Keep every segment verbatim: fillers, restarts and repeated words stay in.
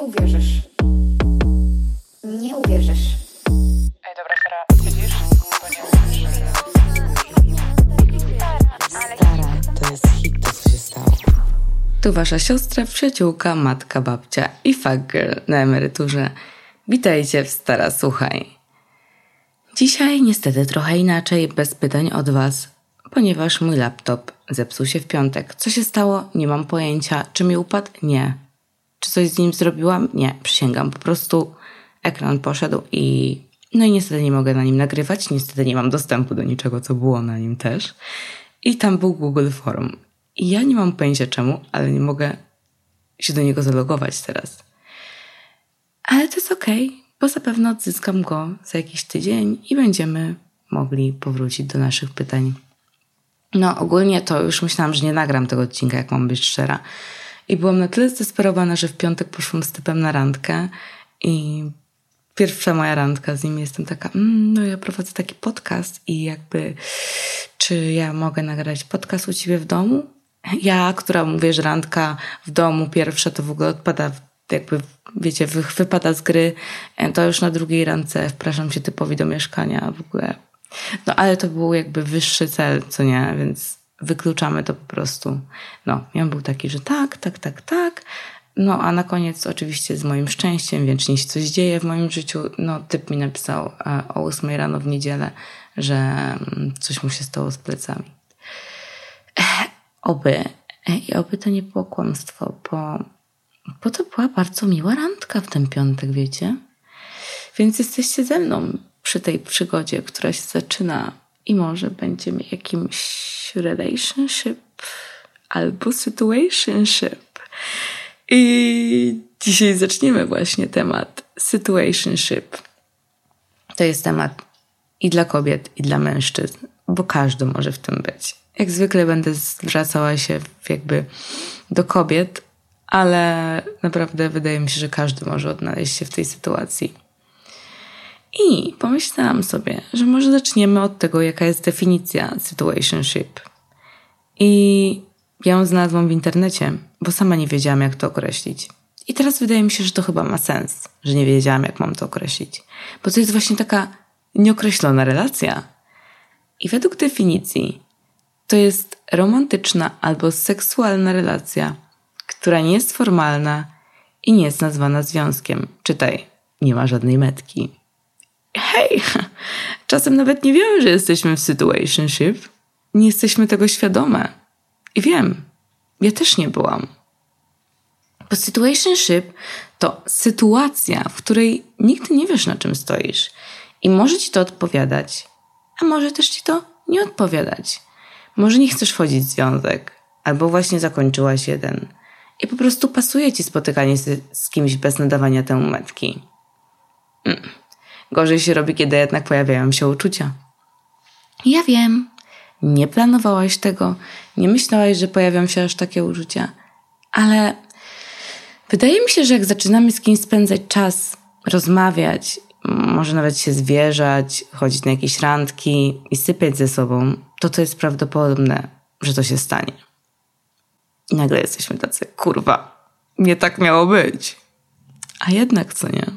uwierzysz. Nie uwierzysz. Ej, dobra, Sara, siedzisz? Bo nie słyszę. Stara, to jest hit, to co się stało. Tu wasza siostra, przyjaciółka, matka, babcia i fuck girl na emeryturze. Witajcie w Stara Słuchaj. Dzisiaj niestety trochę inaczej, bez pytań od was, ponieważ mój laptop zepsuł się w piątek. Co się stało? Nie mam pojęcia. Czy mi upadł? Nie. Czy coś z nim zrobiłam? Nie, przysięgam. Po prostu ekran poszedł i... No i niestety nie mogę na nim nagrywać. Niestety nie mam dostępu do niczego, co było na nim też. I tam był Google Form. I ja nie mam pojęcia czemu, ale nie mogę się do niego zalogować teraz. Ale to jest okej, bo zapewne odzyskam go za jakiś tydzień i będziemy mogli powrócić do naszych pytań. No ogólnie to już myślałam, że nie nagram tego odcinka, jak mam być szczera. I byłam na tyle zdesperowana, że w piątek poszłam z typem na randkę i pierwsza moja randka z nim, jestem taka, mm, no ja prowadzę taki podcast i jakby, czy ja mogę nagrać podcast u ciebie w domu? Ja, która mówię, że randka w domu pierwsza to w ogóle odpada, jakby wiecie, wy, wypada z gry, to już na drugiej randce wpraszam się typowi do mieszkania w ogóle. No ale to był jakby wyższy cel, co nie, więc wykluczamy to po prostu. No, ja był taki, że tak, tak, tak, tak. No a na koniec oczywiście z moim szczęściem, wiecznie się coś dzieje w moim życiu. No typ mi napisał o ósmej rano w niedzielę, że coś mu się stało z plecami. Oby, i oby to nie było kłamstwo, bo, bo to była bardzo miła randka w ten piątek, wiecie? Więc jesteście ze mną przy tej przygodzie, która się zaczyna i może będziemy jakimś relationship albo situationship. I dzisiaj zaczniemy właśnie temat situationship. To jest temat i dla kobiet, i dla mężczyzn, bo każdy może w tym być. Jak zwykle będę zwracała się jakby do kobiet, ale naprawdę wydaje mi się, że każdy może odnaleźć się w tej sytuacji. I pomyślałam sobie, że może zaczniemy od tego, jaka jest definicja situationship. I ja ją znalazłam w internecie, bo sama nie wiedziałam, jak to określić. I teraz wydaje mi się, że to chyba ma sens, że nie wiedziałam, jak mam to określić. Bo to jest właśnie taka nieokreślona relacja. I według definicji to jest romantyczna albo seksualna relacja, która nie jest formalna i nie jest nazwana związkiem. Czytaj, nie ma żadnej metki. Hej, czasem nawet nie wiemy, że jesteśmy w situationship. Nie jesteśmy tego świadome. I wiem, ja też nie byłam. Bo situationship to sytuacja, w której nigdy nie wiesz, na czym stoisz. I może ci to odpowiadać, a może też ci to nie odpowiadać. Może nie chcesz wchodzić w związek, albo właśnie zakończyłaś jeden. I po prostu pasuje ci spotykanie z, z kimś bez nadawania temu metki. Mm. Gorzej się robi, kiedy jednak pojawiają się uczucia. Ja wiem, nie planowałaś tego, nie myślałaś, że pojawią się aż takie uczucia, ale wydaje mi się, że jak zaczynamy z kimś spędzać czas, rozmawiać, może nawet się zwierzać, chodzić na jakieś randki i sypiać ze sobą, to to jest prawdopodobne, że to się stanie. I nagle jesteśmy tacy, kurwa, nie tak miało być. A jednak co nie?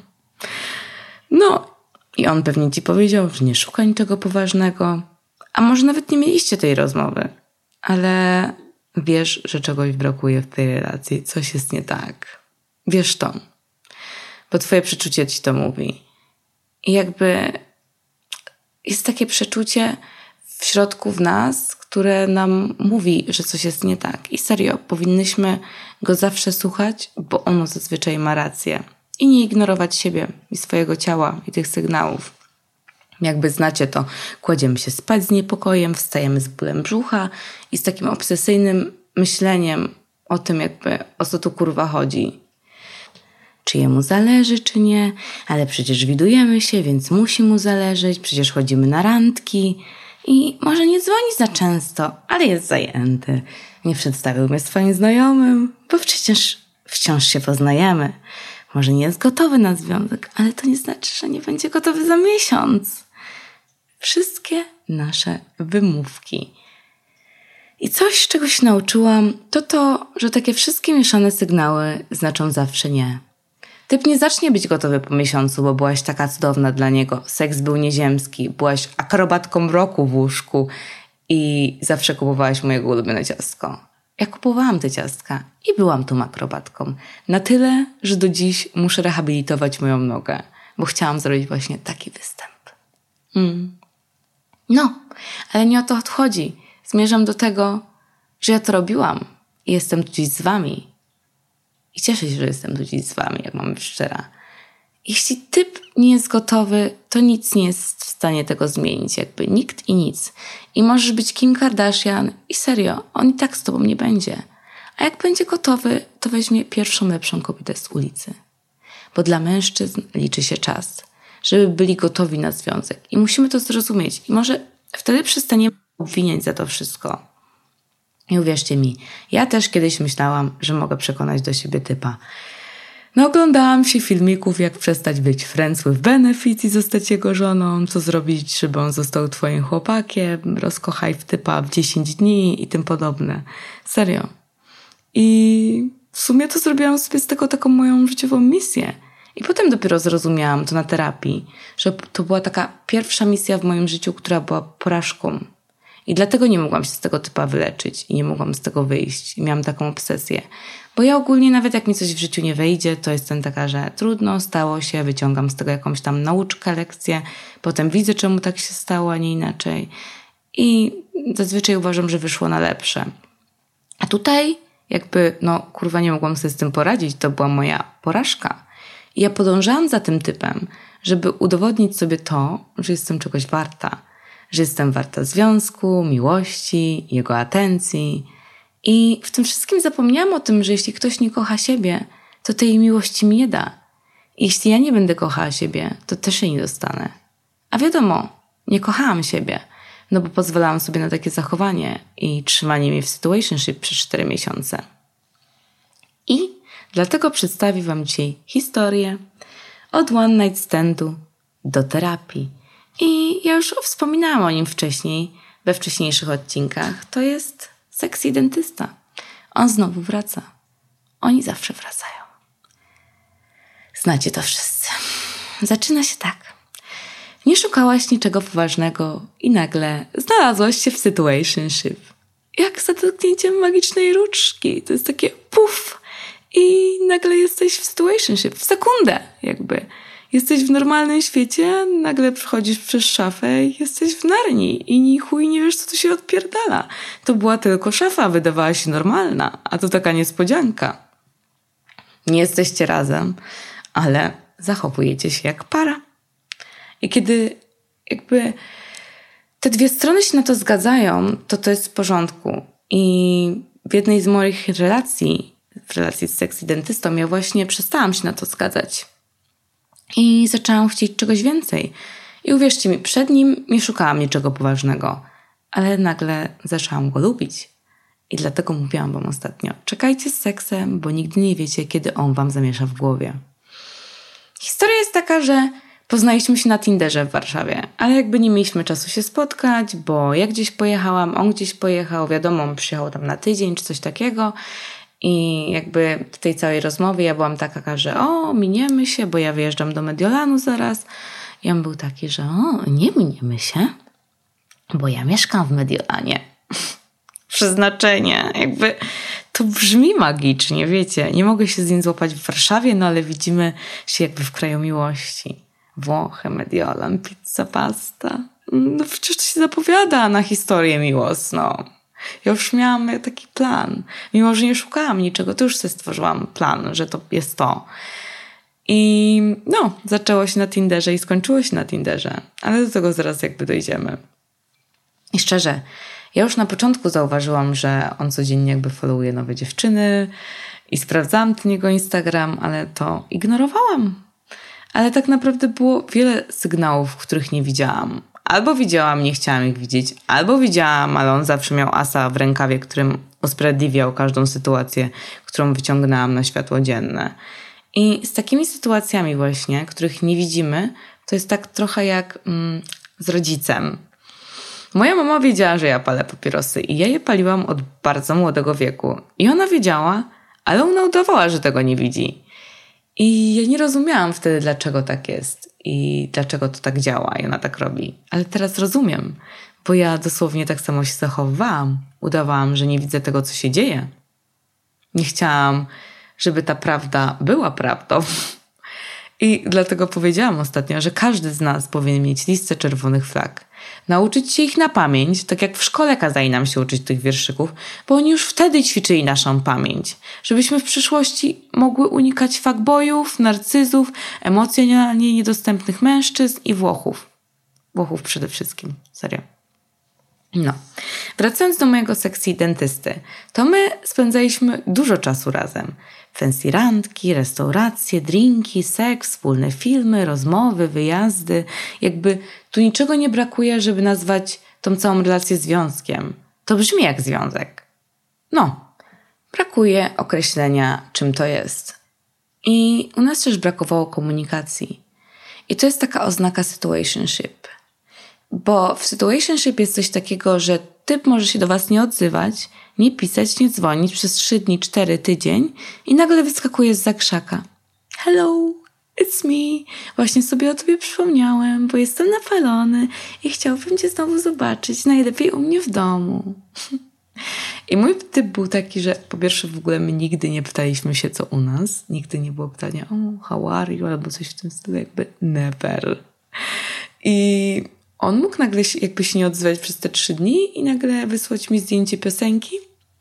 No i on pewnie ci powiedział, że nie szuka niczego poważnego, a może nawet nie mieliście tej rozmowy, ale wiesz, że czegoś brakuje w tej relacji, coś jest nie tak. Wiesz to, bo twoje przeczucie ci to mówi. I jakby jest takie przeczucie w środku w nas, które nam mówi, że coś jest nie tak. I serio, powinnyśmy go zawsze słuchać, bo ono zazwyczaj ma rację. I nie ignorować siebie i swojego ciała i tych sygnałów. Jakby znacie to, kładziemy się spać z niepokojem, wstajemy z bólem brzucha i z takim obsesyjnym myśleniem o tym, jakby o co tu kurwa chodzi. Czy jemu zależy, czy nie, ale przecież widujemy się, więc musi mu zależeć, przecież chodzimy na randki i może nie dzwoni za często, ale jest zajęty. Nie przedstawił mnie swoim znajomym, bo przecież wciąż się poznajemy. Może nie jest gotowy na związek, ale to nie znaczy, że nie będzie gotowy za miesiąc. Wszystkie nasze wymówki. I coś, czego się nauczyłam, to to, że takie wszystkie mieszane sygnały znaczą zawsze nie. Typ nie zacznie być gotowy po miesiącu, bo byłaś taka cudowna dla niego. Seks był nieziemski, byłaś akrobatką roku w łóżku i zawsze kupowałaś mojego ulubione ciastko. Ja kupowałam te ciastka i byłam tą akrobatką. Na tyle, że do dziś muszę rehabilitować moją nogę, bo chciałam zrobić właśnie taki występ. Mm. No, ale nie o to chodzi. Zmierzam do tego, że ja to robiłam i jestem tu dziś z wami. I cieszę się, że jestem tu dziś z wami, jak mam być szczera. Jeśli typ nie jest gotowy, to nic nie jest w stanie tego zmienić. Jakby nikt i nic. I możesz być Kim Kardashian i serio, on i tak z tobą nie będzie. A jak będzie gotowy, to weźmie pierwszą lepszą kobietę z ulicy. Bo dla mężczyzn liczy się czas, żeby byli gotowi na związek. I musimy to zrozumieć. I może wtedy przestaniemy obwiniać za to wszystko. I uwierzcie mi, ja też kiedyś myślałam, że mogę przekonać do siebie typa. No oglądałam się filmików, jak przestać być friends with benefits i zostać jego żoną, co zrobić, żeby on został twoim chłopakiem, rozkochaj w typa w dziesięć dni i tym podobne. Serio. I w sumie to zrobiłam sobie z tego taką moją życiową misję. I potem dopiero zrozumiałam to na terapii, że to była taka pierwsza misja w moim życiu, która była porażką. I dlatego nie mogłam się z tego typa wyleczyć i nie mogłam z tego wyjść. I miałam taką obsesję. Bo ja ogólnie nawet jak mi coś w życiu nie wyjdzie, to jestem taka, że trudno, stało się, wyciągam z tego jakąś tam nauczkę, lekcję, potem widzę, czemu tak się stało, a nie inaczej. I zazwyczaj uważam, że wyszło na lepsze. A tutaj jakby, no kurwa, nie mogłam sobie z tym poradzić, to była moja porażka. I ja podążałam za tym typem, żeby udowodnić sobie to, że jestem czegoś warta. Że jestem warta związku, miłości, jego atencji. I w tym wszystkim zapomniałam o tym, że jeśli ktoś nie kocha siebie, to tej miłości mi nie da. I jeśli ja nie będę kochała siebie, to też jej nie dostanę. A wiadomo, nie kochałam siebie, no bo pozwalałam sobie na takie zachowanie i trzymanie mnie w situationship przez cztery miesiące. I dlatego przedstawię wam dzisiaj historię od one night standu do terapii. I ja już wspominałam o nim wcześniej, we wcześniejszych odcinkach. To jest sexy dentysta. On znowu wraca. Oni zawsze wracają. Znacie to wszyscy. Zaczyna się tak. Nie szukałaś niczego poważnego i nagle znalazłaś się w situationship. Jak za dotknięciem magicznej różdżki. To jest takie puf i nagle jesteś w situationship. W sekundę jakby. Jesteś w normalnym świecie, nagle przechodzisz przez szafę i jesteś w Narni i ni chuj nie wiesz, co tu się odpierdala. To była tylko szafa, wydawała się normalna, a to taka niespodzianka. Nie jesteście razem, ale zachowujecie się jak para. I kiedy jakby te dwie strony się na to zgadzają, to to jest w porządku. I w jednej z moich relacji, w relacji z sexy dentystą, ja właśnie przestałam się na to zgadzać. I zaczęłam chcieć czegoś więcej. I uwierzcie mi, przed nim nie szukałam niczego poważnego, ale nagle zaczęłam go lubić. I dlatego mówiłam wam ostatnio, czekajcie z seksem, bo nigdy nie wiecie, kiedy on wam zamiesza w głowie. Historia jest taka, że poznaliśmy się na Tinderze w Warszawie, ale jakby nie mieliśmy czasu się spotkać, bo ja gdzieś pojechałam, on gdzieś pojechał, wiadomo, on przyjechał tam na tydzień czy coś takiego. I jakby w tej całej rozmowie ja byłam taka, że o, miniemy się, bo ja wyjeżdżam do Mediolanu zaraz. I on był taki, że o, nie miniemy się, bo ja mieszkam w Mediolanie. Przeznaczenie, jakby to brzmi magicznie, wiecie. Nie mogę się z nim złapać w Warszawie, no ale widzimy się jakby w kraju miłości. Włochy, Mediolan, pizza, pasta. No przecież to się zapowiada na historię miłosną. Ja już miałam taki plan. Mimo, że nie szukałam niczego, to już sobie stworzyłam plan, że to jest to. I no, zaczęło się na Tinderze i skończyło się na Tinderze. Ale do tego zaraz jakby dojdziemy. I szczerze, ja już na początku zauważyłam, że on codziennie jakby followuje nowe dziewczyny i sprawdzałam ten jego Instagram, ale to ignorowałam. Ale tak naprawdę było wiele sygnałów, których nie widziałam. Albo widziałam, nie chciałam ich widzieć, albo widziałam, ale on zawsze miał asa w rękawie, którym usprawiedliwiał każdą sytuację, którą wyciągnęłam na światło dzienne. I z takimi sytuacjami właśnie, których nie widzimy, to jest tak trochę jak mm, z rodzicem. Moja mama wiedziała, że ja palę papierosy i ja je paliłam od bardzo młodego wieku. I ona wiedziała, ale ona udawała, że tego nie widzi. I ja nie rozumiałam wtedy, dlaczego tak jest i dlaczego to tak działa i ona tak robi. Ale teraz rozumiem, bo ja dosłownie tak samo się zachowywałam. Udawałam, że nie widzę tego, co się dzieje. Nie chciałam, żeby ta prawda była prawdą. I dlatego powiedziałam ostatnio, że każdy z nas powinien mieć listę czerwonych flag. Nauczyć się ich na pamięć, tak jak w szkole kazali nam się uczyć tych wierszyków, bo oni już wtedy ćwiczyli naszą pamięć. Żebyśmy w przyszłości mogły unikać fuckboyów, narcyzów, emocjonalnie niedostępnych mężczyzn i Włochów. Włochów przede wszystkim, serio. No, wracając do mojego sekcji dentysty, to my spędzaliśmy dużo czasu razem. Fancy randki, restauracje, drinki, seks, wspólne filmy, rozmowy, wyjazdy. Jakby tu niczego nie brakuje, żeby nazwać tą całą relację związkiem. To brzmi jak związek. No, brakuje określenia, czym to jest. I u nas też brakowało komunikacji. I to jest taka oznaka situationship. Bo w situationship jest coś takiego, że typ może się do was nie odzywać, nie pisać, nie dzwonić przez trzy dni, cztery tydzień i nagle wyskakuje z krzaka. Hello, it's me. Właśnie sobie o tobie przypomniałem, bo jestem napalony i chciałbym cię znowu zobaczyć, najlepiej u mnie w domu. I mój typ był taki, że po pierwsze w ogóle my nigdy nie pytaliśmy się, co u nas. Nigdy nie było pytania, oh, how are you? Albo coś w tym stylu, jakby never. I on mógł nagle się, jakby się nie odzywać przez te trzy dni i nagle wysłać mi zdjęcie piosenki,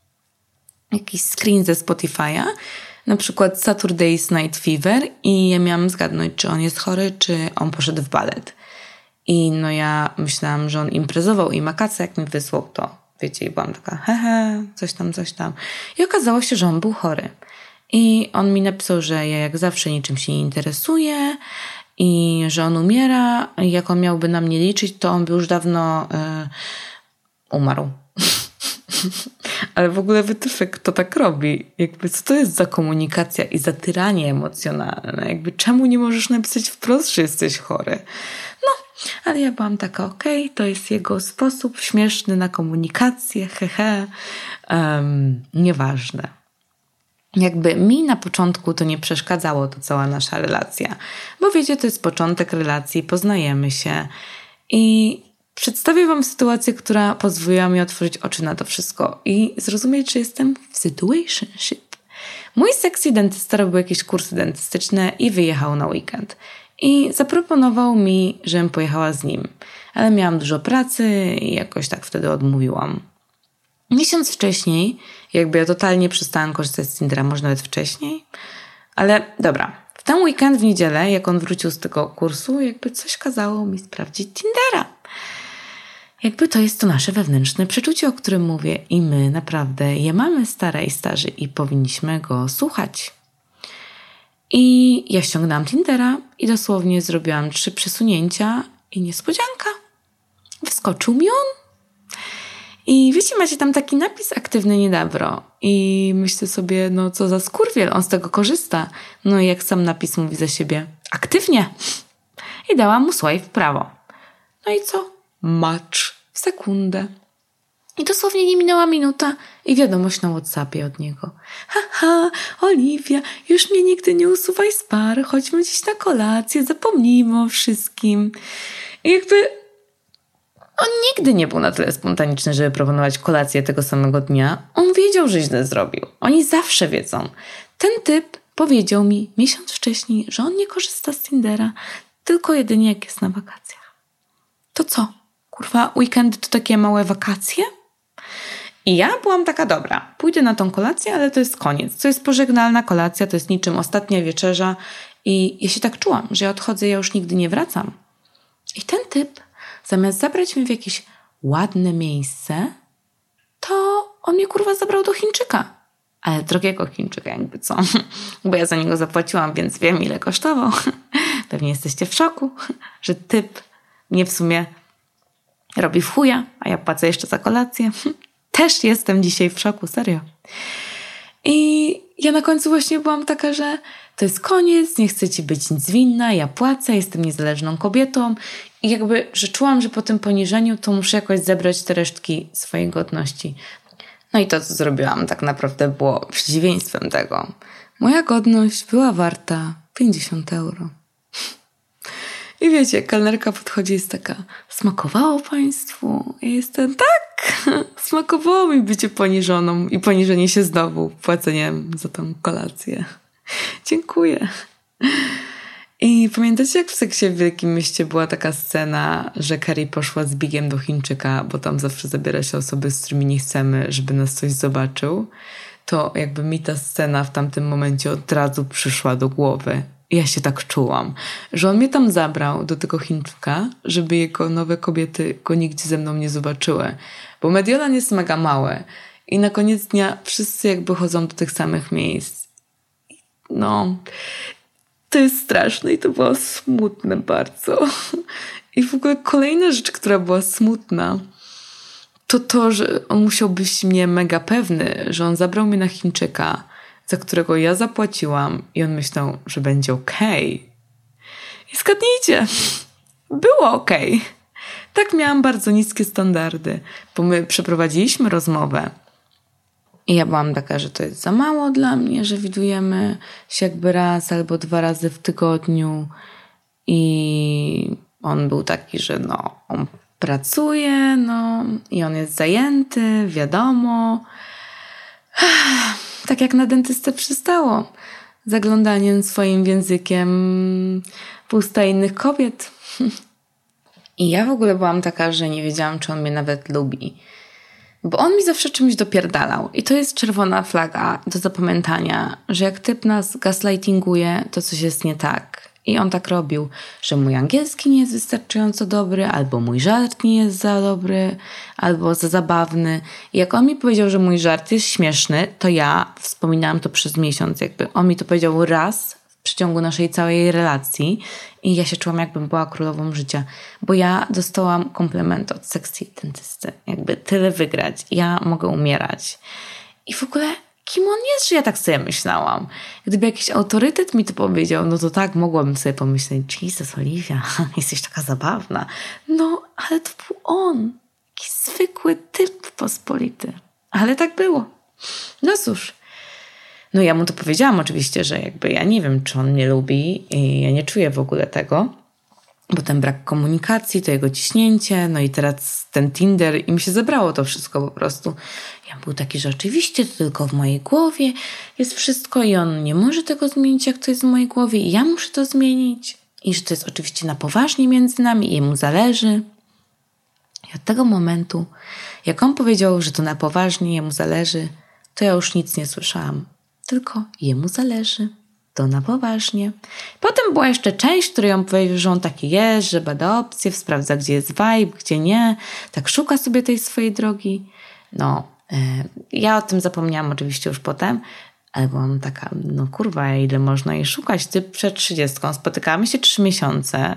jakiś screen ze Spotify'a, na przykład Saturday's Night Fever i ja miałam zgadnąć, czy on jest chory, czy on poszedł w balet. I no ja myślałam, że on imprezował i makacę, jak mi wysłał to, wiecie, i byłam taka hehe, coś tam, coś tam. I okazało się, że on był chory. I on mi napisał, że ja jak zawsze niczym się nie interesuję, i że on umiera, jak on miałby na mnie liczyć, to on by już dawno e, umarł. Ale w ogóle wytyfek, kto tak robi? Jakby co to jest za komunikacja i zatyranie emocjonalne? Jakby czemu nie możesz napisać wprost, że jesteś chory? No, ale ja byłam taka, okej, okay, to jest jego sposób śmieszny na komunikację, hehe, um, nieważne. Jakby mi na początku to nie przeszkadzało, to cała nasza relacja. Bo wiecie, to jest początek relacji, poznajemy się i przedstawię wam sytuację, która pozwoliła mi otworzyć oczy na to wszystko i zrozumieć, że jestem w situationship. Mój sexy dentysta robił jakieś kursy dentystyczne i wyjechał na weekend. I zaproponował mi, żebym pojechała z nim. Ale miałam dużo pracy i jakoś tak wtedy odmówiłam. Miesiąc wcześniej, jakby ja totalnie przestałam korzystać z Tindera, może nawet wcześniej, ale dobra, w ten weekend w niedzielę, jak on wrócił z tego kursu, jakby coś kazało mi sprawdzić Tindera. Jakby to jest to nasze wewnętrzne przeczucie, o którym mówię i my naprawdę je mamy stare i starzy i powinniśmy go słuchać. I ja ściągnęłam Tindera i dosłownie zrobiłam trzy przesunięcia i niespodzianka. Wyskoczył mi on. I wiecie, macie tam taki napis aktywny niedawno i myślę sobie, no co za skurwiel, on z tego korzysta. No i jak sam napis mówi za siebie, aktywnie. I dałam mu swipe w prawo. No i co? Match w sekundę. I dosłownie nie minęła minuta i wiadomość na WhatsAppie od niego. Haha, Oliwia, już mnie nigdy nie usuwaj z par, chodźmy gdzieś na kolację, zapomnijmy o wszystkim. I jakby on nigdy nie był na tyle spontaniczny, żeby proponować kolację tego samego dnia. On wiedział, że źle zrobił. Oni zawsze wiedzą. Ten typ powiedział mi miesiąc wcześniej, że on nie korzysta z Tindera, tylko jedynie jak jest na wakacjach. To co? Kurwa, weekendy to takie małe wakacje? I ja byłam taka, dobra, pójdę na tą kolację, ale to jest koniec. To jest pożegnalna kolacja, to jest niczym ostatnia wieczerza. I ja się tak czułam, że ja odchodzę, ja już nigdy nie wracam. I ten typ zamiast zabrać mnie w jakieś ładne miejsce, to on mnie kurwa zabrał do Chińczyka. Ale drogiego Chińczyka, jakby co. Bo ja za niego zapłaciłam, więc wiem, ile kosztował. Pewnie jesteście w szoku, że typ mnie w sumie robi w chuja, a ja płacę jeszcze za kolację. Też jestem dzisiaj w szoku, serio. I ja na końcu właśnie byłam taka, że to jest koniec, nie chcę ci być nic winna, ja płacę, jestem niezależną kobietą i jakby, że czułam, że po tym poniżeniu to muszę jakoś zebrać te resztki swojej godności. No i to, co zrobiłam, tak naprawdę było przeciwieństwem tego. Moja godność była warta pięćdziesiąt euro. I wiecie, kelnerka podchodzi i jest taka, smakowało państwu? I jestem, tak, smakowało mi bycie poniżoną i poniżenie się znowu płaceniem za tą kolację. Dziękuję. I pamiętacie, jak w Seksie w Wielkim Mieście była taka scena, że Carrie poszła z Bigiem do Chińczyka, bo tam zawsze zabiera się osoby, z którymi nie chcemy, żeby nas coś zobaczył? To jakby mi ta scena w tamtym momencie od razu przyszła do głowy. Ja się tak czułam, że on mnie tam zabrał do tego Chińczyka, żeby jego nowe kobiety go nigdzie ze mną nie zobaczyły. Bo Mediolan jest mega mały i na koniec dnia wszyscy jakby chodzą do tych samych miejsc. No, to jest straszne i to było smutne bardzo. I w ogóle kolejna rzecz, która była smutna, to to, że on musiał być mnie mega pewny, że on zabrał mnie na Chińczyka, za którego ja zapłaciłam i on myślał, że będzie okej. Okay. I zgadnijcie, było okej. Okay. Tak miałam bardzo niskie standardy, bo my przeprowadziliśmy rozmowę i ja byłam taka, że to jest za mało dla mnie, że widujemy się jakby raz albo dwa razy w tygodniu i on był taki, że no, on pracuje, no i on jest zajęty, wiadomo. Tak jak na dentystę przystało. Zaglądaniem swoim językiem w usta innych kobiet. I ja w ogóle byłam taka, że nie wiedziałam, czy on mnie nawet lubi. Bo on mi zawsze czymś dopierdalał. I to jest czerwona flaga do zapamiętania, że jak typ nas gaslightinguje, to coś jest nie tak. I on tak robił, że mój angielski nie jest wystarczająco dobry, albo mój żart nie jest za dobry, albo za zabawny. I jak on mi powiedział, że mój żart jest śmieszny, to ja wspominałam to przez miesiąc. Jakby on mi to powiedział raz w przeciągu naszej całej relacji i ja się czułam, jakbym była królową życia. Bo ja dostałam komplement od sexy dentysty. Jakby tyle wygrać. Ja mogę umierać. I w ogóle kim on jest, że ja tak sobie myślałam? Gdyby jakiś autorytet mi to powiedział, no to tak, mogłabym sobie pomyśleć, Jesus, Oliwia, jesteś taka zabawna. No, ale to był on. Jakiś zwykły typ pospolity. Ale tak było. No cóż. No ja mu to powiedziałam oczywiście, że jakby ja nie wiem, czy on mnie lubi i ja nie czuję w ogóle tego. Bo ten brak komunikacji, to jego ciśnięcie, no i teraz ten Tinder i mi się zebrało to wszystko po prostu. Ja był taki, że oczywiście to tylko w mojej głowie jest wszystko i on nie może tego zmienić, jak to jest w mojej głowie i ja muszę to zmienić. I że to jest oczywiście na poważnie między nami i jemu zależy. I od tego momentu, jak on powiedział, że to na poważnie jemu zależy, to ja już nic nie słyszałam. Tylko jemu zależy. To na poważnie. Potem była jeszcze część, w której on powiedział, że on taki jest, że bada opcje, sprawdza, gdzie jest vibe, gdzie nie. Tak szuka sobie tej swojej drogi. No, yy, ja o tym zapomniałam oczywiście już potem, ale byłam taka, no kurwa, ile można jej szukać? Ty przed trzydziestką spotykamy się trzy miesiące.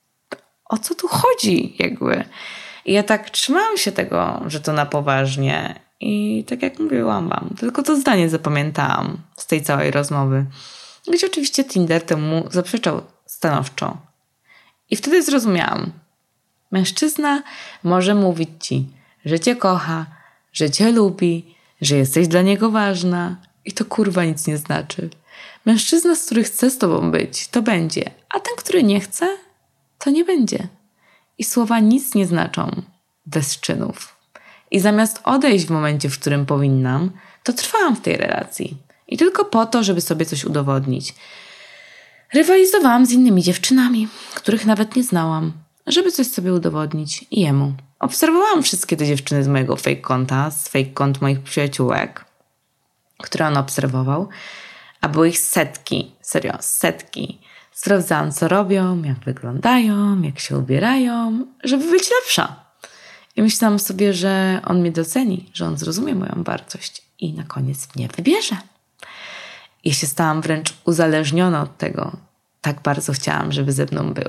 O co tu chodzi jakby? I ja tak trzymałam się tego, że to na poważnie. I tak jak mówiłam wam, tylko to zdanie zapamiętałam z tej całej rozmowy. Gdzie oczywiście Tinder temu zaprzeczał stanowczo. I wtedy zrozumiałam. Mężczyzna może mówić ci, że cię kocha, że cię lubi, że jesteś dla niego ważna i to kurwa nic nie znaczy. Mężczyzna, z który chce z tobą być, to będzie, a ten, który nie chce, to nie będzie. I słowa nic nie znaczą bez czynów. I zamiast odejść w momencie, w którym powinnam, to trwałam w tej relacji. I tylko po to, żeby sobie coś udowodnić. Rywalizowałam z innymi dziewczynami, których nawet nie znałam, żeby coś sobie udowodnić i jemu. Obserwowałam wszystkie te dziewczyny z mojego fake konta, z fake kont moich przyjaciółek, które on obserwował, a było ich setki, serio, setki. Sprawdzałam, co robią, jak wyglądają, jak się ubierają, żeby być lepsza. I myślałam sobie, że on mnie doceni, że on zrozumie moją wartość i na koniec mnie wybierze. I się stałam wręcz uzależniona od tego. Tak bardzo chciałam, żeby ze mną był.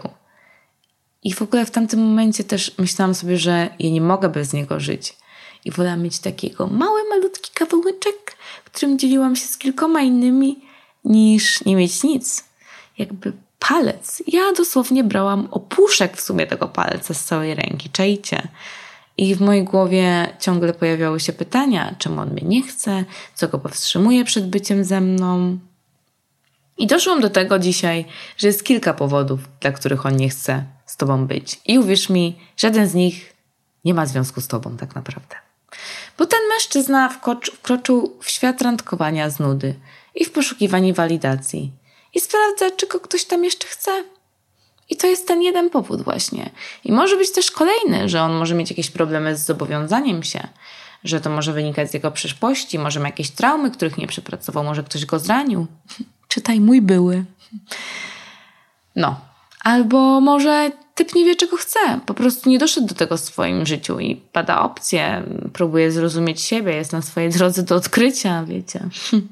I w ogóle w tamtym momencie też myślałam sobie, że ja nie mogę bez niego żyć. I wolałam mieć takiego mały, malutki kawałeczek, którym dzieliłam się z kilkoma innymi, niż nie mieć nic. Jakby palec. Ja dosłownie brałam opuszek w sumie tego palca z całej ręki. Czajcie? I w mojej głowie ciągle pojawiały się pytania, czemu on mnie nie chce, co go powstrzymuje przed byciem ze mną. I doszłam do tego dzisiaj, że jest kilka powodów, dla których on nie chce z tobą być. I uwierz mi, żaden z nich nie ma związku z tobą tak naprawdę. Bo ten mężczyzna wkroczy, wkroczył w świat randkowania z nudy i w poszukiwaniu walidacji. I sprawdza, czy go ktoś tam jeszcze chce. I to jest ten jeden powód właśnie. I może być też kolejny, że on może mieć jakieś problemy z zobowiązaniem się, że to może wynikać z jego przeszłości, może ma jakieś traumy, których nie przepracował, może ktoś go zranił. Czytaj mój były. No. Albo może typ nie wie, czego chce. Po prostu nie doszedł do tego w swoim życiu i bada opcje, próbuje zrozumieć siebie, jest na swojej drodze do odkrycia, wiecie.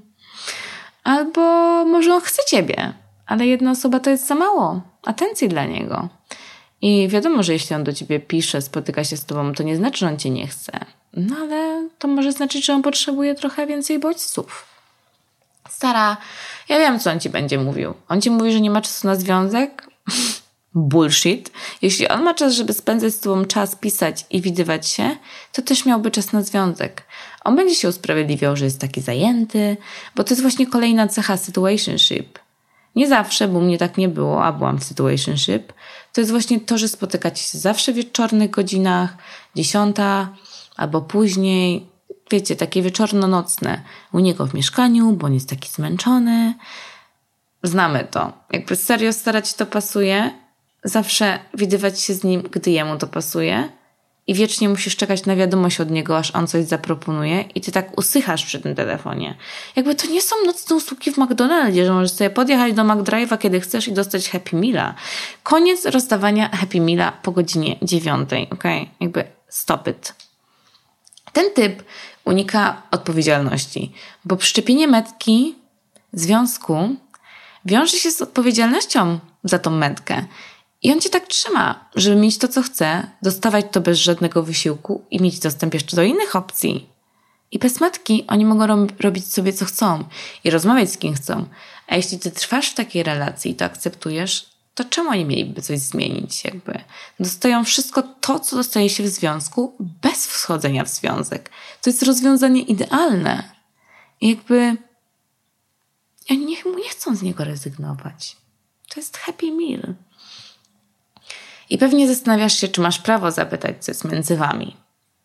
Albo może on chce ciebie, ale jedna osoba to jest za mało atencji dla niego. I wiadomo, że jeśli on do ciebie pisze, spotyka się z tobą, to nie znaczy, że on cię nie chce. No ale to może znaczyć, że on potrzebuje trochę więcej bodźców. Stara, ja wiem, co on ci będzie mówił. On ci mówi, że nie ma czasu na związek? Bullshit. Jeśli on ma czas, żeby spędzać z tobą czas, pisać i widywać się, to też miałby czas na związek. On będzie się usprawiedliwiał, że jest taki zajęty, bo to jest właśnie kolejna cecha situationship. Nie zawsze, bo u mnie tak nie było, a byłam w situationship. To jest właśnie to, że spotykacie się zawsze w wieczornych godzinach, dziesiąta albo później. Wiecie, takie wieczorno-nocne. U niego w mieszkaniu, bo on jest taki zmęczony. Znamy to. Jakby serio starać to pasuje, zawsze widywać się z nim, gdy jemu to pasuje i wiecznie musisz czekać na wiadomość od niego, aż on coś zaproponuje i ty tak usychasz przy tym telefonie. Jakby to nie są nocne usługi w McDonaldzie, że możesz sobie podjechać do McDrive'a, kiedy chcesz i dostać Happy Meala. Koniec rozdawania Happy Meala po godzinie dziewiątej, okej? Okay? Jakby stop it. Ten typ unika odpowiedzialności, bo przyczepienie metki związku wiąże się z odpowiedzialnością za tą metkę. I on cię tak trzyma, żeby mieć to, co chce, dostawać to bez żadnego wysiłku i mieć dostęp jeszcze do innych opcji. I bez metki oni mogą ro- robić sobie, co chcą i rozmawiać z kim chcą. A jeśli ty trwasz w takiej relacji i to akceptujesz, to czemu oni mieliby coś zmienić? Jakby dostają wszystko to, co dostaje się w związku, bez wchodzenia w związek. To jest rozwiązanie idealne. I jakby oni nie, nie chcą z niego rezygnować. To jest happy meal. I pewnie zastanawiasz się, czy masz prawo zapytać, co jest między wami.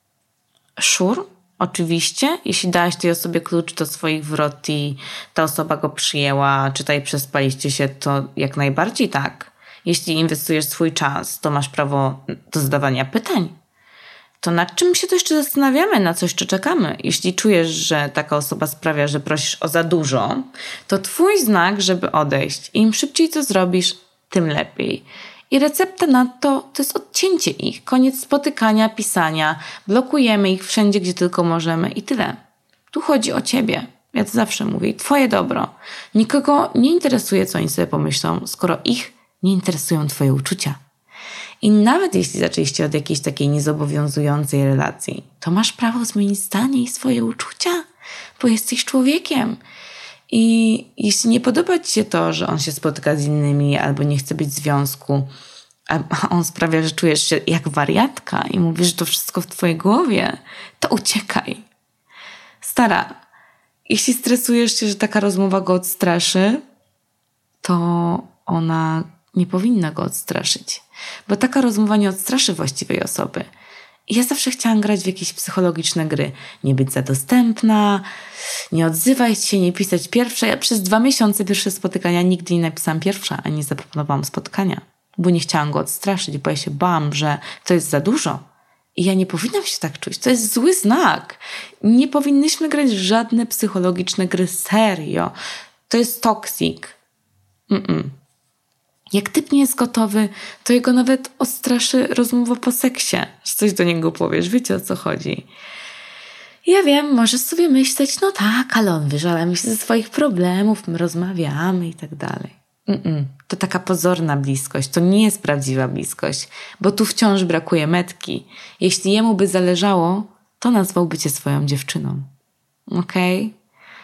Sure, oczywiście. Jeśli dałaś tej osobie klucz do swoich wrot i ta osoba go przyjęła, czy tutaj przespaliście się, to jak najbardziej tak. Jeśli inwestujesz swój czas, to masz prawo do zadawania pytań. To nad czym się to jeszcze zastanawiamy, na co jeszcze czekamy? Jeśli czujesz, że taka osoba sprawia, że prosisz o za dużo, to twój znak, żeby odejść. Im szybciej to zrobisz, tym lepiej. I recepta na to, to jest odcięcie ich. Koniec spotykania, pisania. Blokujemy ich wszędzie, gdzie tylko możemy i tyle. Tu chodzi o ciebie. Ja to zawsze mówię. Twoje dobro. Nikogo nie interesuje, co oni sobie pomyślą, skoro ich nie interesują twoje uczucia. I nawet jeśli zaczęliście od jakiejś takiej niezobowiązującej relacji, to masz prawo zmienić zdanie i swoje uczucia, bo jesteś człowiekiem. I jeśli nie podoba ci się to, że on się spotyka z innymi albo nie chce być w związku, a on sprawia, że czujesz się jak wariatka i mówisz, że to wszystko w twojej głowie, to uciekaj. Stara, jeśli stresujesz się, że taka rozmowa go odstraszy, to ona nie powinna go odstraszyć. Bo taka rozmowa nie odstraszy właściwej osoby. I ja zawsze chciałam grać w jakieś psychologiczne gry. Nie być za dostępna, nie odzywaj się, nie pisać pierwsza. Ja przez dwa miesiące pierwsze spotykania nigdy nie napisałam pierwsza, ani nie zaproponowałam spotkania. Bo nie chciałam go odstraszyć, bo ja się bałam, że to jest za dużo. I ja nie powinnam się tak czuć. To jest zły znak. Nie powinnyśmy grać w żadne psychologiczne gry. Serio. To jest toxic. Mm-mm. Jak typ nie jest gotowy, to jego nawet odstraszy rozmowa po seksie, że coś do niego powiesz. Wiecie, o co chodzi. Ja wiem, możesz sobie myśleć, no tak, ale on wyżala mi się ze swoich problemów, my rozmawiamy i tak dalej. Mm-mm. To taka pozorna bliskość, to nie jest prawdziwa bliskość, bo tu wciąż brakuje metki. Jeśli jemu by zależało, to nazwałby cię swoją dziewczyną. Okej? Okay?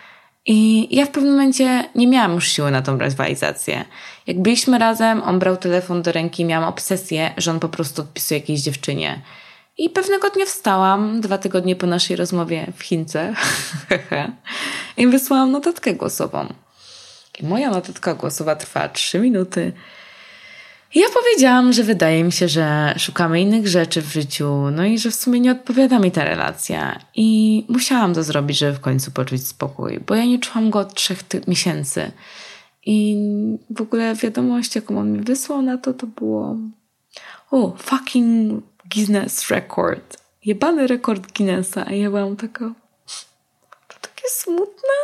I ja w pewnym momencie nie miałam już siły na tą rywalizację. Jak byliśmy razem, on brał telefon do ręki, miałam obsesję, że on po prostu odpisuje jakiejś dziewczynie. I pewnego dnia wstałam, dwa tygodnie po naszej rozmowie w Chince i wysłałam notatkę głosową. I moja notatka głosowa trwa trzy minuty. I ja powiedziałam, że wydaje mi się, że szukamy innych rzeczy w życiu, no i że w sumie nie odpowiada mi ta relacja. I musiałam to zrobić, żeby w końcu poczuć spokój, bo ja nie czułam go od trzech ty- miesięcy. I w ogóle wiadomość, jaką on mi wysłał na to, to było o, fucking Guinness Record. Jebany rekord Guinnessa. A ja byłam taka, to takie smutne,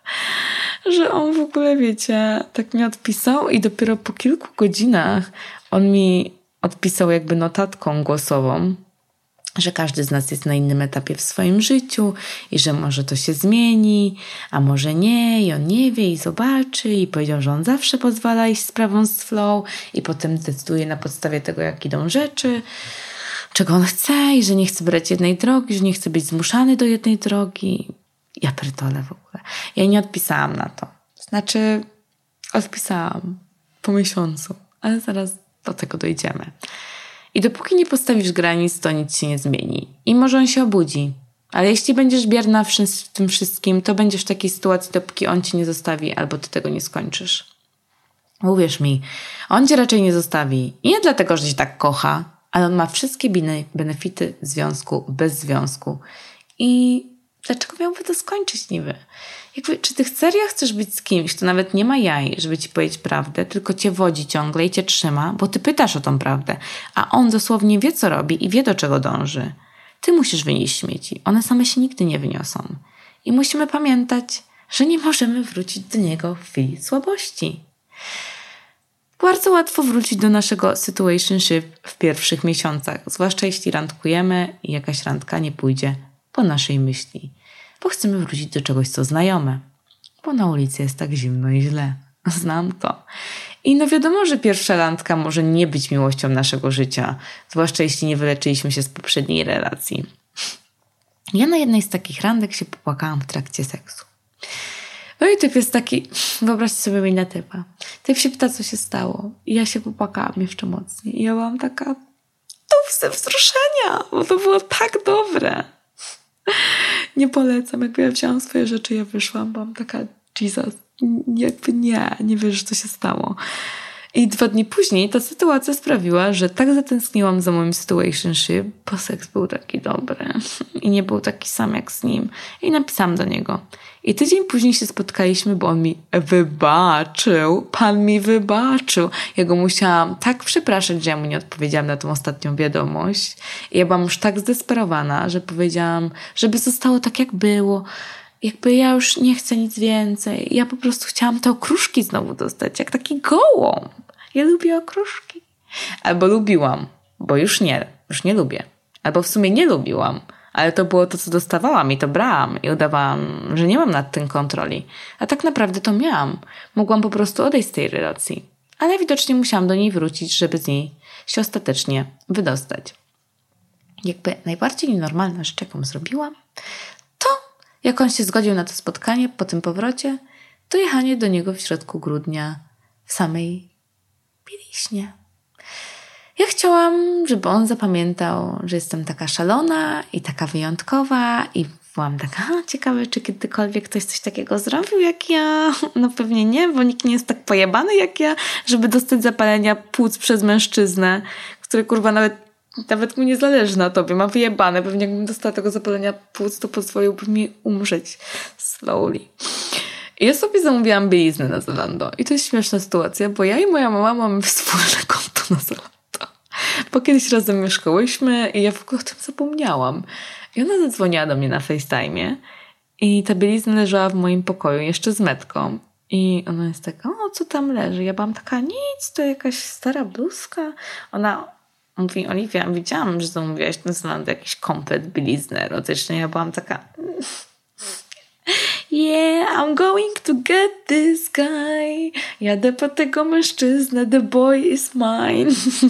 że on w ogóle, wiecie, tak mi odpisał i dopiero po kilku godzinach on mi odpisał jakby notatką głosową, że każdy z nas jest na innym etapie w swoim życiu i że może to się zmieni, a może nie i on nie wie i zobaczy i powiedział, że on zawsze pozwala iść sprawą z flow i potem decyduje na podstawie tego, jak idą rzeczy, czego on chce i że nie chce brać jednej drogi, że nie chce być zmuszany do jednej drogi. Ja pierdolę w ogóle. Ja nie odpisałam na to. Znaczy odpisałam po miesiącu, ale zaraz do tego dojdziemy. I dopóki nie postawisz granic, to nic się nie zmieni. I może on się obudzi. Ale jeśli będziesz bierna w tym wszystkim, to będziesz w takiej sytuacji, dopóki on cię nie zostawi albo ty tego nie skończysz. Uwierz mi, on cię raczej nie zostawi. I nie dlatego, że cię tak kocha, ale on ma wszystkie benefity związku bez związku. I dlaczego miałby to skończyć niby? Jakby, czy ty serio chcesz być z kimś, kto nawet nie ma jaj, żeby ci powiedzieć prawdę, tylko cię wodzi ciągle i cię trzyma, bo ty pytasz o tą prawdę, a on dosłownie wie, co robi i wie, do czego dąży. Ty musisz wynieść śmieci. One same się nigdy nie wyniosą. I musimy pamiętać, że nie możemy wrócić do niego w chwili słabości. Bardzo łatwo wrócić do naszego situationship w pierwszych miesiącach, zwłaszcza jeśli randkujemy i jakaś randka nie pójdzie po naszej myśli, bo chcemy wrócić do czegoś, co znajome, bo na ulicy jest tak zimno i źle. Znam to. I no wiadomo, że pierwsza randka może nie być miłością naszego życia, zwłaszcza jeśli nie wyleczyliśmy się z poprzedniej relacji. Ja na jednej z takich randek się popłakałam w trakcie seksu. No i typ jest taki, wyobraźcie sobie mnie typa. Typ się pyta, co się stało. I ja się popłakałam jeszcze mocniej. I ja byłam taka, to ze wzruszenia, bo to było tak dobre. Nie polecam, jakby ja wzięłam swoje rzeczy, ja wyszłam, byłam taka, Jesus, jakby nie, nie wiesz, co się stało. I dwa dni później ta sytuacja sprawiła, że tak zatęskniłam za moim situationship, bo seks był taki dobry i nie był taki sam jak z nim. I napisałam do niego. I tydzień później się spotkaliśmy, bo on mi wybaczył. Pan mi wybaczył. Ja go musiałam tak przepraszać, że ja mu nie odpowiedziałam na tą ostatnią wiadomość. I ja byłam już tak zdesperowana, że powiedziałam, żeby zostało tak, jak było. Jakby ja już nie chcę nic więcej. Ja po prostu chciałam te okruszki znowu dostać, jak taki gołąb. Ja lubię okruszki. Albo lubiłam, bo już nie, już nie lubię. Albo w sumie nie lubiłam, ale to było to, co dostawałam i to brałam i udawałam, że nie mam nad tym kontroli. A tak naprawdę to miałam. Mogłam po prostu odejść z tej relacji. Ale widocznie musiałam do niej wrócić, żeby z niej się ostatecznie wydostać. Jakby najbardziej nienormalna rzecz, jaką zrobiłam, to jak on się zgodził na to spotkanie po tym powrocie, to jechanie do niego w środku grudnia w samej bieliźnie. Ja chciałam, żeby on zapamiętał, że jestem taka szalona i taka wyjątkowa i byłam taka, ciekawe, czy kiedykolwiek ktoś coś takiego zrobił jak ja. No pewnie nie, bo nikt nie jest tak pojebany jak ja, żeby dostać zapalenia płuc przez mężczyznę, który kurwa nawet Nawet mu nie zależy na tobie, ma wyjebane. Pewnie jakbym dostała tego zapalenia płuc, to pozwoliłby mi umrzeć slowly. I ja sobie zamówiłam bieliznę na Zalando. I to jest śmieszna sytuacja, bo ja i moja mama mamy wspólne konto na Zalando. Bo kiedyś razem mieszkałyśmy i ja w ogóle o tym zapomniałam. I ona zadzwoniła do mnie na FaceTime'ie i ta bielizna leżała w moim pokoju jeszcze z metką. I ona jest taka, o co tam leży? Ja byłam taka, nic, to jakaś stara bluzka. Ona mówi, Oliwia, widziałam, że zamówiłaś na Zalando jakiś komplet bielizny erotycznej. Ja byłam taka, yeah, I'm going to get this guy. Jadę po tego mężczyznę, the boy is mine.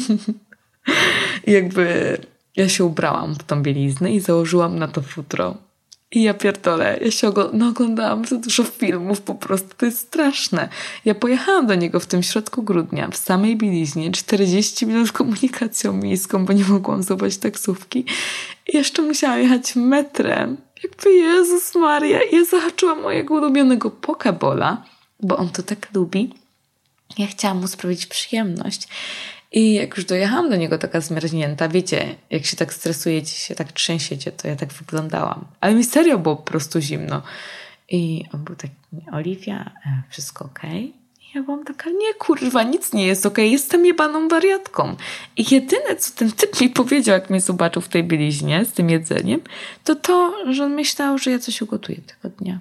I jakby ja się ubrałam w tą bieliznę i założyłam na to futro. I ja pierdolę, ja się ogl- no, oglądałam za dużo filmów, po prostu to jest straszne. Ja pojechałam do niego w tym środku grudnia, w samej bieliźnie, czterdzieści minut komunikacją miejską, bo nie mogłam zobaczyć taksówki. I jeszcze musiałam jechać metrem. Jakby Jezus Maria. I ja zahaczyłam mojego ulubionego Pokebola, bo on to tak lubi. Ja chciałam mu sprawić przyjemność. I jak już dojechałam do niego taka zmarznięta, wiecie, jak się tak stresujecie, się tak trzęsiecie, to ja tak wyglądałam. Ale mi serio było po prostu zimno. I on był taki, Oliwia, wszystko okej? Okay? I ja byłam taka, nie kurwa, nic nie jest okej, okay, jestem jebaną wariatką. I jedyne, co ten typ mi powiedział, jak mnie zobaczył w tej bieliźnie z tym jedzeniem, to to, że on myślał, że ja coś ugotuję tego dnia.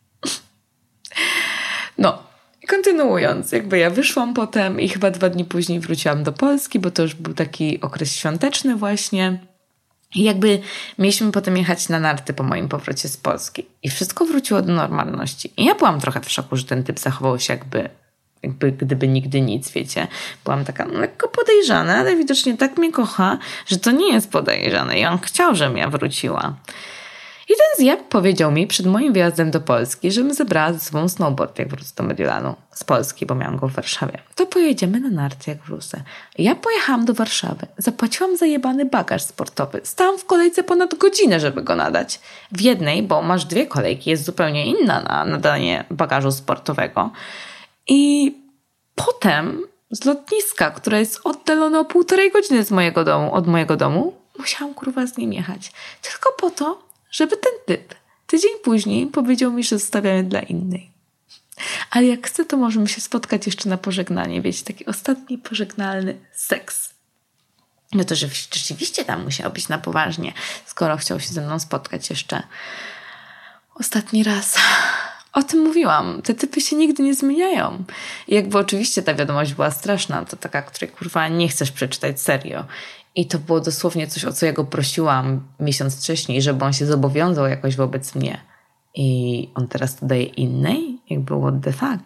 No, kontynuując, jakby ja wyszłam potem i chyba dwa dni później wróciłam do Polski, bo to już był taki okres świąteczny właśnie. I jakby mieliśmy potem jechać na narty po moim powrocie z Polski. I wszystko wróciło do normalności. I ja byłam trochę w szoku, że ten typ zachował się jakby, jakby gdyby nigdy nic, wiecie. Byłam taka no, lekko podejrzana, ale widocznie tak mnie kocha, że to nie jest podejrzane. I on chciał, żebym ja wróciła. I ten zjeb powiedział mi przed moim wyjazdem do Polski, żebym zebrała ze sobą snowboard, jak wrócę do Mediolanu z Polski, bo miałam go w Warszawie. To pojedziemy na narty, jak wrócę. Ja pojechałam do Warszawy, zapłaciłam za jebany bagaż sportowy. Stałam w kolejce ponad godzinę, żeby go nadać. W jednej, bo masz dwie kolejki, jest zupełnie inna na nadanie bagażu sportowego. I potem z lotniska, które jest oddalone o półtorej godziny z mojego domu, od mojego domu, musiałam kurwa z nim jechać. Tylko po to, żeby ten typ tydzień później powiedział mi, że zostawiamy dla innej. Ale jak chcę, to możemy się spotkać jeszcze na pożegnanie. Wiecie, taki ostatni pożegnalny seks. No to, że rzeczywiście tam musiał być na poważnie, skoro chciał się ze mną spotkać jeszcze ostatni raz. O tym mówiłam. Te typy się nigdy nie zmieniają. I jakby oczywiście ta wiadomość była straszna, to taka, której kurwa nie chcesz przeczytać serio. I to było dosłownie coś, o co ja go prosiłam miesiąc wcześniej, żeby on się zobowiązał jakoś wobec mnie. I on teraz to daje innej? Jakby what the fuck?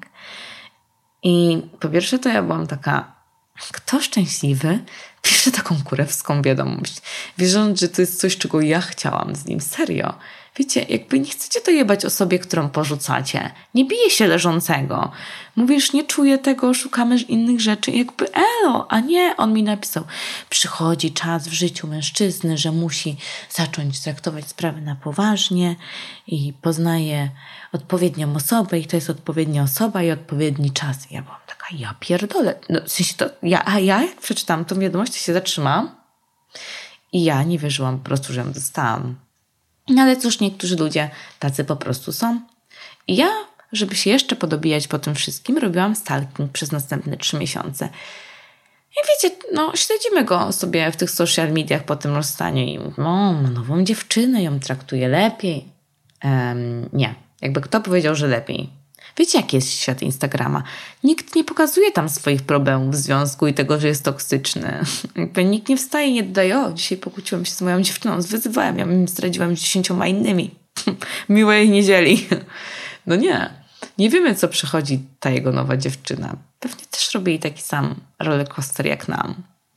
I po pierwsze to ja byłam taka, kto szczęśliwy pisze taką kurewską wiadomość, wierząc, że to jest coś, czego ja chciałam z nim. Serio. Wiecie, jakby nie chcecie to jebać osobie, którą porzucacie. Nie bije się leżącego. Mówisz, nie czuję tego, szukamy innych rzeczy. Jakby elo, a nie, on mi napisał. Przychodzi czas w życiu mężczyzny, że musi zacząć traktować sprawy na poważnie i poznaje odpowiednią osobę i to jest odpowiednia osoba i odpowiedni czas. Ja byłam taka, ja pierdolę. No, w sensie to, ja, a ja jak przeczytałam tą wiadomość, to się zatrzymałam i ja nie wierzyłam po prostu, że ją dostałam. No ale cóż, niektórzy ludzie tacy po prostu są. I ja, żeby się jeszcze podobijać po tym wszystkim, robiłam stalking przez następne trzy miesiące. I wiecie, no śledzimy go sobie w tych social mediach po tym rozstaniu i no, ma nową dziewczynę, ją traktuje lepiej. Um, nie, jakby kto powiedział, że lepiej. Wiecie, jaki jest świat Instagrama? Nikt nie pokazuje tam swoich problemów w związku i tego, że jest toksyczny. Jakby nikt nie wstaje i nie dodaje, o, dzisiaj pokłóciłam się z moją dziewczyną, zwyzywałem, ja im zdradziłam z dziesięcioma innymi. Miłej niedzieli. No nie. Nie wiemy, co przychodzi ta jego nowa dziewczyna. Pewnie też robi jej taki sam rollercoaster jak nam.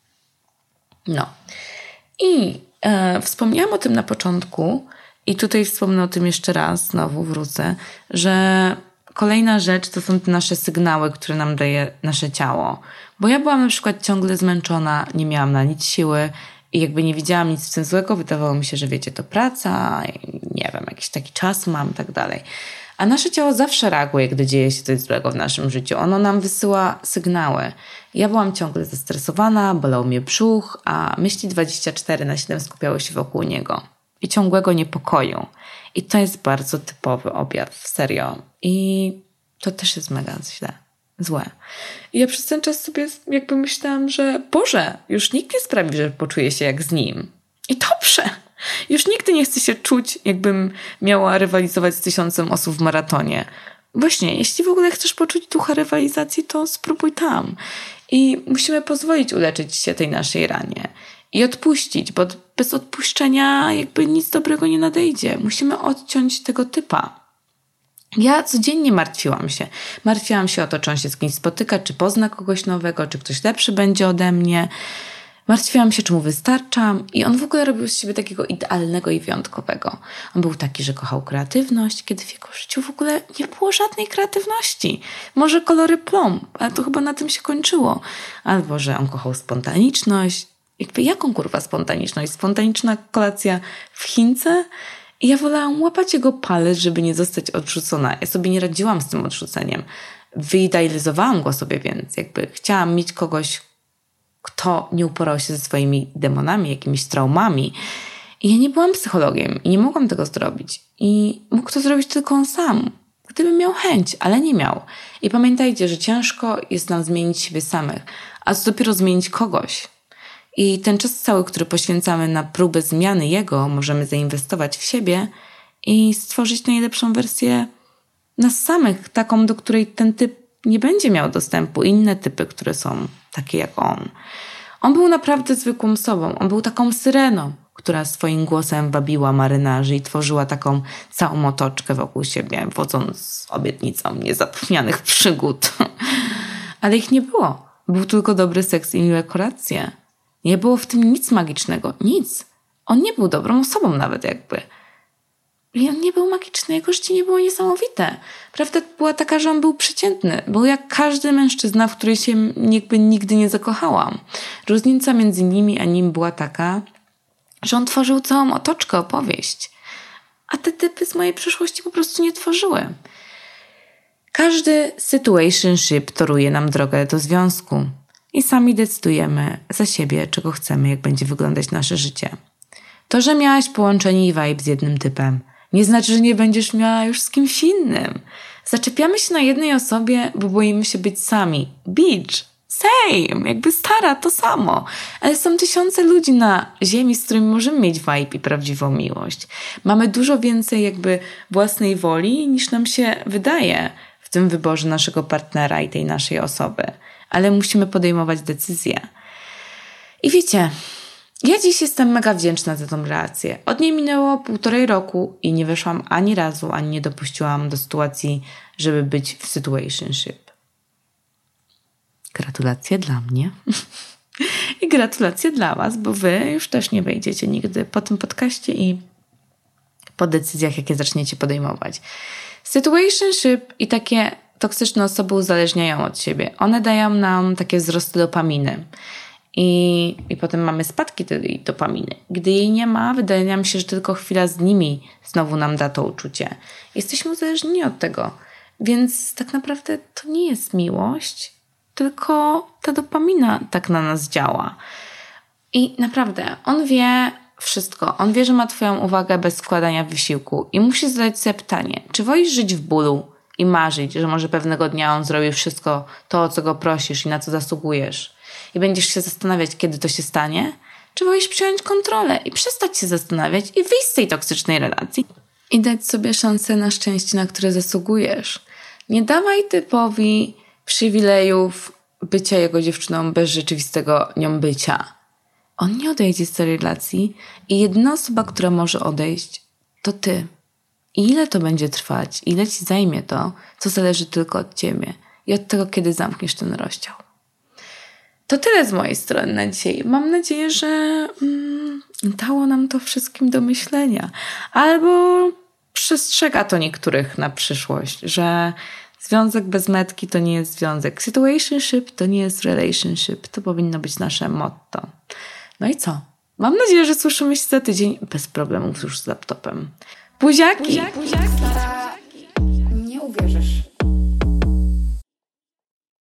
No. I e, wspomniałam o tym na początku i tutaj wspomnę o tym jeszcze raz, znowu wrócę, że kolejna rzecz to są te nasze sygnały, które nam daje nasze ciało. Bo ja byłam na przykład ciągle zmęczona, nie miałam na nic siły i jakby nie widziałam nic w tym złego. Wydawało mi się, że wiecie, to praca, nie wiem, jakiś taki czas mam i tak dalej. A nasze ciało zawsze reaguje, gdy dzieje się coś złego w naszym życiu. Ono nam wysyła sygnały. Ja byłam ciągle zestresowana, bolał mnie brzuch, a myśli dwadzieścia cztery na siedem skupiały się wokół niego. I ciągłego niepokoju. I to jest bardzo typowy objaw, serio. I to też jest mega źle, złe. I ja przez ten czas sobie jakby myślałam, że Boże, już nikt nie sprawi, że poczuję się jak z nim. I dobrze. Już nigdy nie chcę się czuć, jakbym miała rywalizować z tysiącem osób w maratonie. Właśnie, jeśli w ogóle chcesz poczuć ducha rywalizacji, to spróbuj tam. I musimy pozwolić uleczyć się tej naszej ranie. I odpuścić, bo bez odpuszczenia jakby nic dobrego nie nadejdzie. Musimy odciąć tego typa. Ja codziennie martwiłam się. Martwiłam się o to, czy on się z kimś spotyka, czy pozna kogoś nowego, czy ktoś lepszy będzie ode mnie. Martwiłam się, czy mu wystarczam i on w ogóle robił z siebie takiego idealnego i wyjątkowego. On był taki, że kochał kreatywność, kiedy w jego życiu w ogóle nie było żadnej kreatywności. Może kolory plomb, ale to chyba na tym się kończyło. Albo, że on kochał spontaniczność. Jakby jaką kurwa spontaniczność? Spontaniczna kolacja w Chince? I ja wolałam łapać jego palec, żeby nie zostać odrzucona. Ja sobie nie radziłam z tym odrzuceniem. wyidealizowałam go sobie, więc jakby chciałam mieć kogoś, kto nie uporał się ze swoimi demonami, jakimiś traumami. I ja nie byłam psychologiem i nie mogłam tego zrobić. I mógł to zrobić tylko on sam, gdyby miał chęć, ale nie miał. I pamiętajcie, że ciężko jest nam zmienić siebie samych, a co dopiero zmienić kogoś. I ten czas cały, który poświęcamy na próbę zmiany jego, możemy zainwestować w siebie i stworzyć najlepszą wersję nas samych, taką, do której ten typ nie będzie miał dostępu. Inne typy, które są takie jak on. On był naprawdę zwykłą sobą. On był taką syreną, która swoim głosem wabiła marynarzy i tworzyła taką całą otoczkę wokół siebie, wodząc obietnicą niezapomnianych przygód. Ale ich nie było. Był tylko dobry seks i miłe kolacje. Nie było w tym nic magicznego. Nic. On nie był dobrą osobą nawet jakby. I on nie był magiczny. Jego życie nie było niesamowite. Prawda była taka, że on był przeciętny. Był jak każdy mężczyzna, w której się jakby nigdy nie zakochałam. Różnica między nimi a nim była taka, że on tworzył całą otoczkę, opowieść. A te typy z mojej przeszłości po prostu nie tworzyły. Każdy situationship toruje nam drogę do związku. I sami decydujemy za siebie, czego chcemy, jak będzie wyglądać nasze życie. To, że miałaś połączenie i vibe z jednym typem, nie znaczy, że nie będziesz miała już z kimś innym. Zaczepiamy się na jednej osobie, bo boimy się być sami. Bitch, same, jakby stara, to samo. Ale są tysiące ludzi na ziemi, z którymi możemy mieć vibe i prawdziwą miłość. Mamy dużo więcej jakby własnej woli, niż nam się wydaje w tym wyborze naszego partnera i tej naszej osoby. Ale musimy podejmować decyzje. I wiecie, ja dziś jestem mega wdzięczna za tą relację. Od niej minęło półtorej roku i nie weszłam ani razu, ani nie dopuściłam do sytuacji, żeby być w situationship. Gratulacje dla mnie. I gratulacje dla was, bo wy już też nie wejdziecie nigdy po tym podcaście i po decyzjach, jakie zaczniecie podejmować. Situationship i takie toksyczne osoby uzależniają od siebie. One dają nam takie wzrosty dopaminy. I, I potem mamy spadki tej dopaminy. Gdy jej nie ma, wydaje nam się, że tylko chwila z nimi znowu nam da to uczucie. Jesteśmy uzależnieni od tego. Więc tak naprawdę to nie jest miłość, tylko ta dopamina tak na nas działa. I naprawdę, on wie wszystko. On wie, że ma twoją uwagę bez składania wysiłku. I musi zadać sobie pytanie, czy wolisz żyć w bólu i marzyć, że może pewnego dnia on zrobi wszystko to, o co go prosisz i na co zasługujesz i będziesz się zastanawiać, kiedy to się stanie? Czy wolisz przejąć kontrolę i przestać się zastanawiać i wyjść z tej toksycznej relacji i dać sobie szansę na szczęście, na które zasługujesz? Nie dawaj typowi przywilejów bycia jego dziewczyną bez rzeczywistego nią bycia. On nie odejdzie z tej relacji i jedyna osoba, która może odejść, to ty. I ile to będzie trwać, ile ci zajmie to, co zależy tylko od ciebie i od tego, kiedy zamkniesz ten rozdział. To tyle z mojej strony na dzisiaj. Mam nadzieję, że mm, dało nam to wszystkim do myślenia. Albo przestrzega to niektórych na przyszłość, że związek bez metki to nie jest związek. Situationship to nie jest relationship. To powinno być nasze motto. No i co? Mam nadzieję, że słyszymy się za tydzień bez problemów już z laptopem. Buziaki! Buziaki. Buziaki.